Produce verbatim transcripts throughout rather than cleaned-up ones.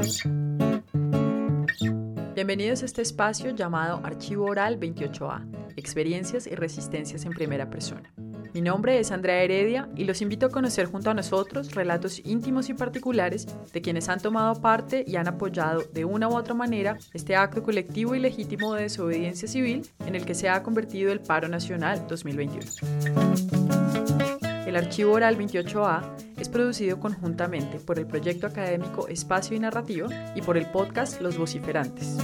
Bienvenidos a este espacio llamado Archivo Oral veintiocho A, Experiencias y Resistencias en Primera Persona. Mi nombre es Andrea Heredia y los invito a conocer junto a nosotros relatos íntimos y particulares de quienes han tomado parte y han apoyado de una u otra manera este acto colectivo y legítimo de desobediencia civil en el que se ha convertido el Paro Nacional dos mil veintiuno. El Archivo Oral veintiocho A es producido conjuntamente por el proyecto académico Espacio y Narrativa y por el podcast Los Vociferantes.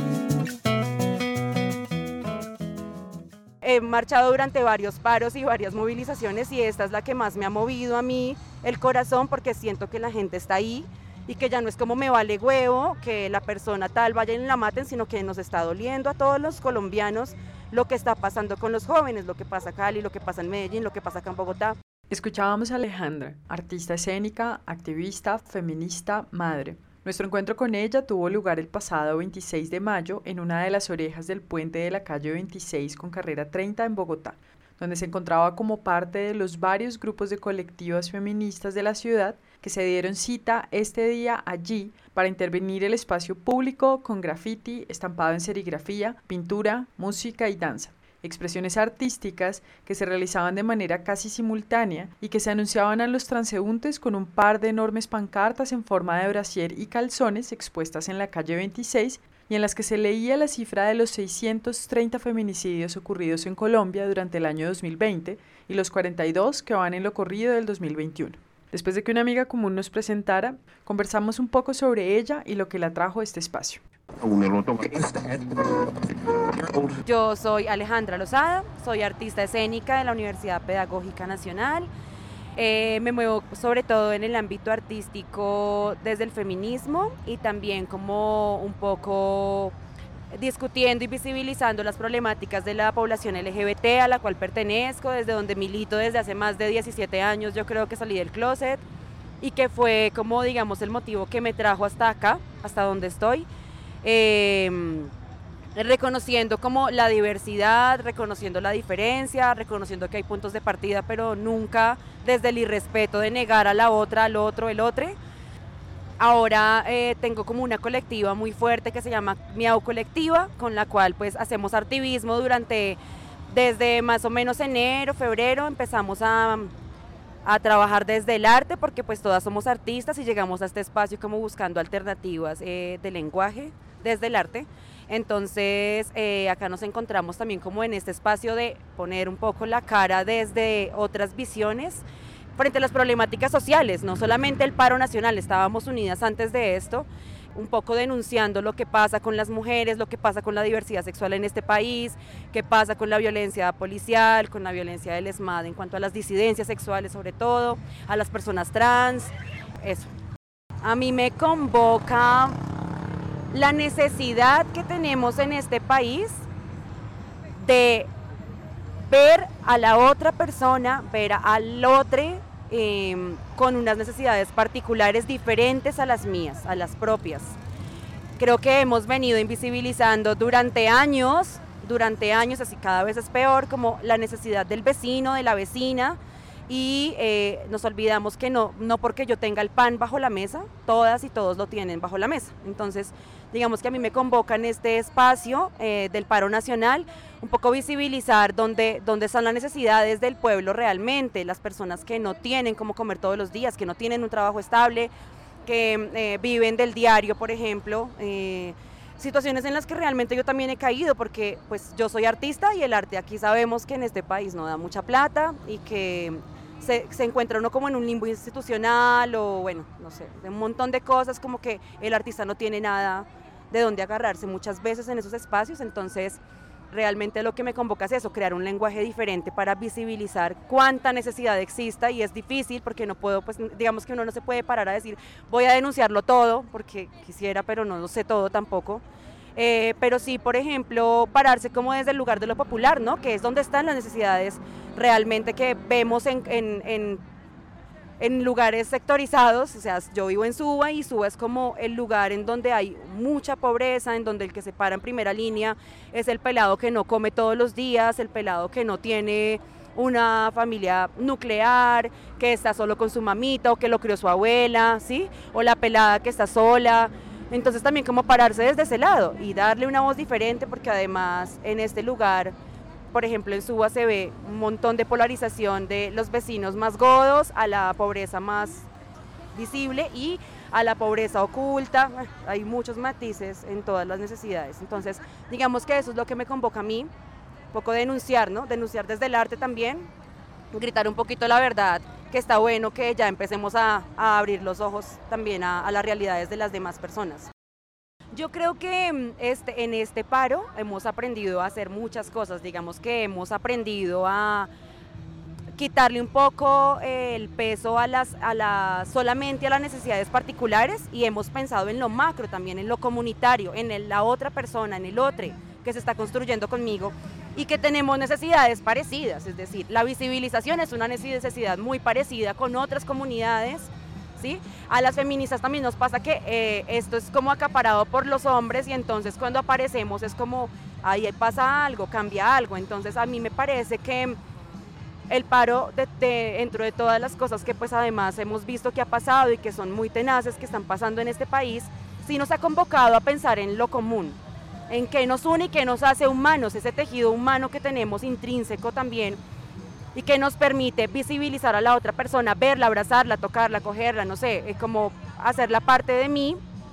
He marchado durante varios paros y varias movilizaciones y esta es la que más me ha movido a mí el corazón, porque siento que la gente está ahí y que ya no es como me vale huevo que la persona tal vaya y la maten, sino que nos está doliendo a todos los colombianos lo que está pasando con los jóvenes, lo que pasa en Cali, lo que pasa en Medellín, lo que pasa acá en Bogotá. Escuchábamos a Alejandra, artista escénica, activista, feminista, madre. Nuestro encuentro con ella tuvo lugar el pasado veintiséis de mayo en una de las orejas del puente de la calle veintiséis con carrera treinta en Bogotá, donde se encontraba como parte de los varios grupos de colectivas feministas de la ciudad que se dieron cita este día allí para intervenir el espacio público con graffiti, estampado en serigrafía, pintura, música y danza. Expresiones artísticas que se realizaban de manera casi simultánea y que se anunciaban a los transeúntes con un par de enormes pancartas en forma de brasier y calzones expuestas en la calle veintiséis y en las que se leía la cifra de los seiscientos treinta feminicidios ocurridos en Colombia durante el año dos mil veinte y los cuarenta y dos que van en lo corrido del dos mil veintiuno. Después de que una amiga común nos presentara, conversamos un poco sobre ella y lo que la trajo a este espacio. Yo soy Alejandra Lozada, soy artista escénica de la Universidad Pedagógica Nacional. Eh, me muevo sobre todo en el ámbito artístico desde el feminismo y también como un poco discutiendo y visibilizando las problemáticas de la población L G B T a la cual pertenezco, desde donde milito desde hace más de diecisiete años. Yo creo que salí del closet y que fue como, digamos, el motivo que me trajo hasta acá, hasta donde estoy. Eh, reconociendo como la diversidad, reconociendo la diferencia, reconociendo que hay puntos de partida, pero nunca desde el irrespeto de negar a la otra, al otro, el otro. Ahora eh, tengo como una colectiva muy fuerte que se llama Miau Colectiva, con la cual pues hacemos activismo durante, desde más o menos enero, febrero, empezamos a, a trabajar desde el arte, porque pues todas somos artistas y llegamos a este espacio como buscando alternativas eh, de lenguaje desde el arte. Entonces eh, acá nos encontramos también como en este espacio de poner un poco la cara desde otras visiones frente a las problemáticas sociales, no solamente el paro nacional, estábamos unidas antes de esto, un poco denunciando lo que pasa con las mujeres, lo que pasa con la diversidad sexual en este país, qué pasa con la violencia policial, con la violencia del ESMAD en cuanto a las disidencias sexuales sobre todo, a las personas trans, eso. A mí me convoca la necesidad que tenemos en este país de ver a la otra persona, ver al otro eh, con unas necesidades particulares diferentes a las mías, a las propias. Creo que hemos venido invisibilizando durante años, durante años, así cada vez es peor, como la necesidad del vecino, de la vecina, y eh, nos olvidamos que no, no porque yo tenga el pan bajo la mesa, todas y todos lo tienen bajo la mesa. Entonces, digamos que a mí me convoca en este espacio eh, del paro nacional, un poco visibilizar dónde, dónde están las necesidades del pueblo realmente, las personas que no tienen cómo comer todos los días, que no tienen un trabajo estable, que eh, viven del diario, por ejemplo, eh, situaciones en las que realmente yo también he caído, porque pues yo soy artista y el arte aquí sabemos que en este país no da mucha plata y que Se, se encuentra uno como en un limbo institucional o bueno, no sé, de un montón de cosas, como que el artista no tiene nada de dónde agarrarse muchas veces en esos espacios. Entonces realmente lo que me convoca es eso, crear un lenguaje diferente para visibilizar cuánta necesidad exista, y es difícil porque no puedo, pues digamos que uno no se puede parar a decir voy a denunciarlo todo, porque quisiera, pero no lo sé todo tampoco. Eh, pero sí, por ejemplo, pararse como desde el lugar de lo popular, ¿no? Que es donde están las necesidades realmente que vemos en, en, en, en lugares sectorizados. O sea, yo vivo en Suba y Suba es como el lugar en donde hay mucha pobreza, en donde el que se para en primera línea es el pelado que no come todos los días, el pelado que no tiene una familia nuclear, que está solo con su mamita o que lo crió su abuela, ¿sí? O la pelada que está sola. Entonces también como pararse desde ese lado y darle una voz diferente, porque además en este lugar, por ejemplo en Suba, se ve un montón de polarización de los vecinos más godos a la pobreza más visible y a la pobreza oculta. Hay muchos matices en todas las necesidades. Entonces digamos que eso es lo que me convoca a mí, un poco denunciar, ¿no? Denunciar desde el arte también, gritar un poquito la verdad, que está bueno que ya empecemos a, a abrir los ojos también a, a las realidades de las demás personas. Yo creo que este, en este paro hemos aprendido a hacer muchas cosas, digamos que hemos aprendido a quitarle un poco eh, el peso a las, a la, solamente a las necesidades particulares, y hemos pensado en lo macro también, en lo comunitario, en el, la otra persona, en el otro que se está construyendo conmigo, y que tenemos necesidades parecidas, es decir, la visibilización es una necesidad muy parecida con otras comunidades, ¿sí? A las feministas también nos pasa que eh, esto es como acaparado por los hombres, y entonces cuando aparecemos es como, ahí pasa algo, cambia algo. Entonces a mí me parece que el paro, de, de, dentro de todas las cosas que pues además hemos visto que ha pasado y que son muy tenaces, que están pasando en este país, sí nos ha convocado a pensar en lo común, en qué nos une y qué nos hace humanos, ese tejido humano que tenemos intrínseco también, y que nos permite visibilizar a la otra persona, verla, abrazarla, tocarla, cogerla, no sé, es como hacerla parte de mí.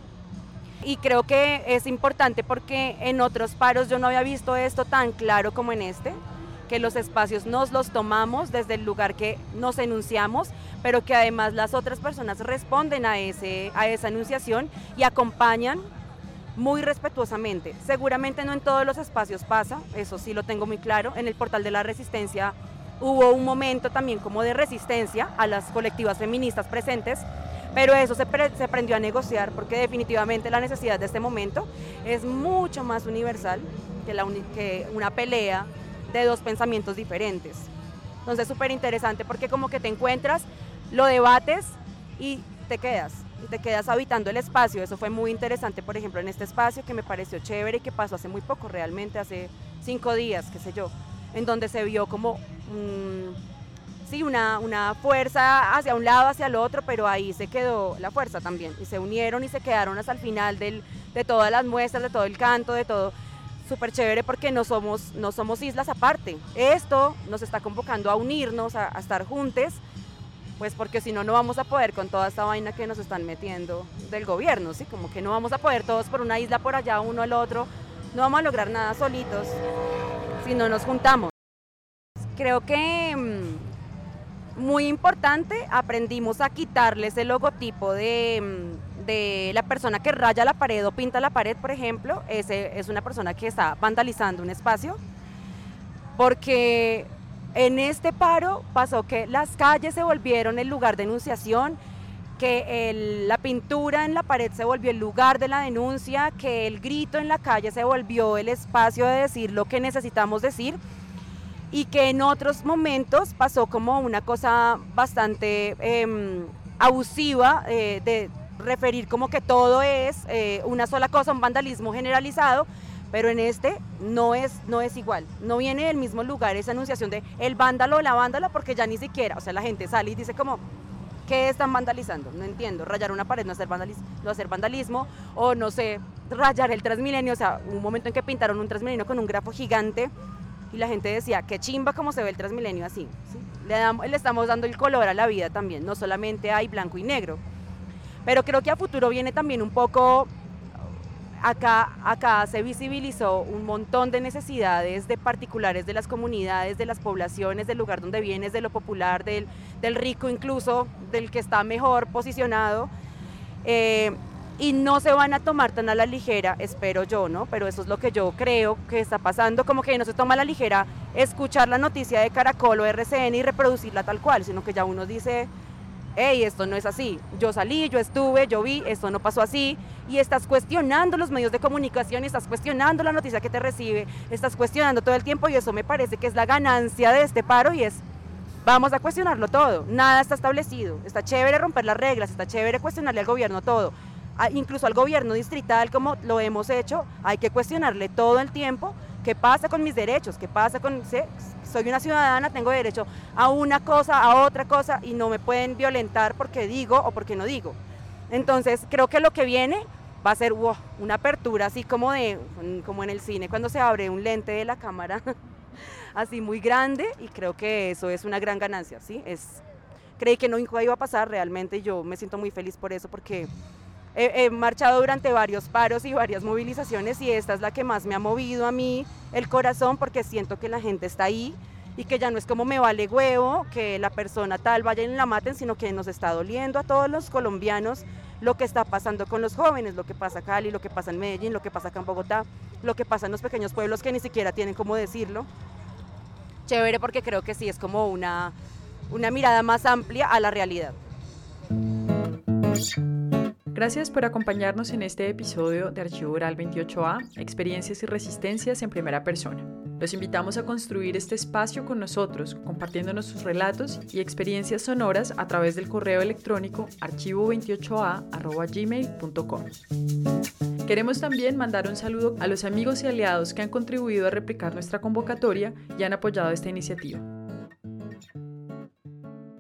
Y creo que es importante porque en otros paros yo no había visto esto tan claro como en este, que los espacios nos los tomamos desde el lugar que nos enunciamos, pero que además las otras personas responden a, ese, a esa enunciación y acompañan muy respetuosamente. Seguramente no en todos los espacios pasa, eso sí lo tengo muy claro. En el Portal de la Resistencia hubo un momento también como de resistencia a las colectivas feministas presentes, pero eso se, pre se aprendió a negociar, porque definitivamente la necesidad de este momento es mucho más universal que, la uni que una pelea de dos pensamientos diferentes. Entonces súper interesante porque como que te encuentras, lo debates y te quedas, y te quedas habitando el espacio. Eso fue muy interesante, por ejemplo, en este espacio que me pareció chévere y que pasó hace muy poco, realmente hace cinco días, qué sé yo, en donde se vio como mmm, sí, una, una fuerza hacia un lado, hacia el otro, pero ahí se quedó la fuerza también, y se unieron y se quedaron hasta el final del, de todas las muestras, de todo el canto, de todo. Súper chévere porque no somos, no somos islas aparte. Esto nos está convocando a unirnos, a, a estar juntos, pues porque si no, no vamos a poder con toda esta vaina que nos están metiendo del gobierno, ¿sí? Como que no vamos a poder todos por una isla por allá, uno al otro, no vamos a lograr nada solitos si no nos juntamos. Creo que mmm, muy importante, aprendimos a quitarles el logotipo de... Mmm, de la persona que raya la pared o pinta la pared, por ejemplo. Ese es una persona que está vandalizando un espacio, porque en este paro pasó que las calles se volvieron el lugar de enunciación, que el, la pintura en la pared se volvió el lugar de la denuncia, que el grito en la calle se volvió el espacio de decir lo que necesitamos decir, y que en otros momentos pasó como una cosa bastante eh, abusiva eh, de referir como que todo es eh, una sola cosa, un vandalismo generalizado, pero en este no es, no es igual, no viene del mismo lugar esa enunciación de el vándalo o la vándala, porque ya ni siquiera, o sea, la gente sale y dice como, ¿qué están vandalizando? No entiendo, rayar una pared no hacer vandalismo, no hacer vandalismo, o no sé, rayar el Transmilenio, o sea, un momento en que pintaron un Transmilenio con un grafo gigante y la gente decía, qué chimba como se ve el Transmilenio así, ¿sí? Le, damos, le estamos dando el color a la vida también, no solamente hay blanco y negro. Pero creo que a futuro viene también un poco, acá, acá se visibilizó un montón de necesidades de particulares de las comunidades, de las poblaciones, del lugar donde vienes, de lo popular, del, del rico incluso, del que está mejor posicionado, eh, y no se van a tomar tan a la ligera, espero yo, ¿no? Pero eso es lo que yo creo que está pasando, como que no se toma a la ligera escuchar la noticia de Caracol o R C N y reproducirla tal cual, sino que ya uno dice, hey, esto no es así, yo salí, yo estuve, yo vi, esto no pasó así, y estás cuestionando los medios de comunicación, y estás cuestionando la noticia que te recibe, estás cuestionando todo el tiempo, y eso me parece que es la ganancia de este paro, y es, vamos a cuestionarlo todo, nada está establecido, está chévere romper las reglas, está chévere cuestionarle al gobierno todo, a, incluso al gobierno distrital como lo hemos hecho, hay que cuestionarle todo el tiempo, ¿qué pasa con mis derechos? ¿Qué pasa con...? ¿sí? Soy una ciudadana, tengo derecho a una cosa, a otra cosa, y no me pueden violentar porque digo o porque no digo. Entonces, creo que lo que viene va a ser wow, una apertura así como, de, como en el cine cuando se abre un lente de la cámara así muy grande, y creo que eso es una gran ganancia, ¿sí? Es, creí que no iba a pasar realmente, y yo me siento muy feliz por eso, porque he, he marchado durante varios paros y varias movilizaciones, y esta es la que más me ha movido a mí el corazón, porque siento que la gente está ahí y que ya no es como me vale huevo que la persona tal vaya y la maten, sino que nos está doliendo a todos los colombianos lo que está pasando con los jóvenes, lo que pasa en Cali, lo que pasa en Medellín, lo que pasa acá en Bogotá, lo que pasa en los pequeños pueblos que ni siquiera tienen cómo decirlo. Chévere, porque creo que sí es como una, una mirada más amplia a la realidad. Gracias por acompañarnos en este episodio de Archivo Oral veintiocho A, Experiencias y Resistencias en Primera Persona. Los invitamos a construir este espacio con nosotros, compartiéndonos sus relatos y experiencias sonoras a través del correo electrónico archivo veintiocho a arroba gmail punto com. Queremos también mandar un saludo a los amigos y aliados que han contribuido a replicar nuestra convocatoria y han apoyado esta iniciativa.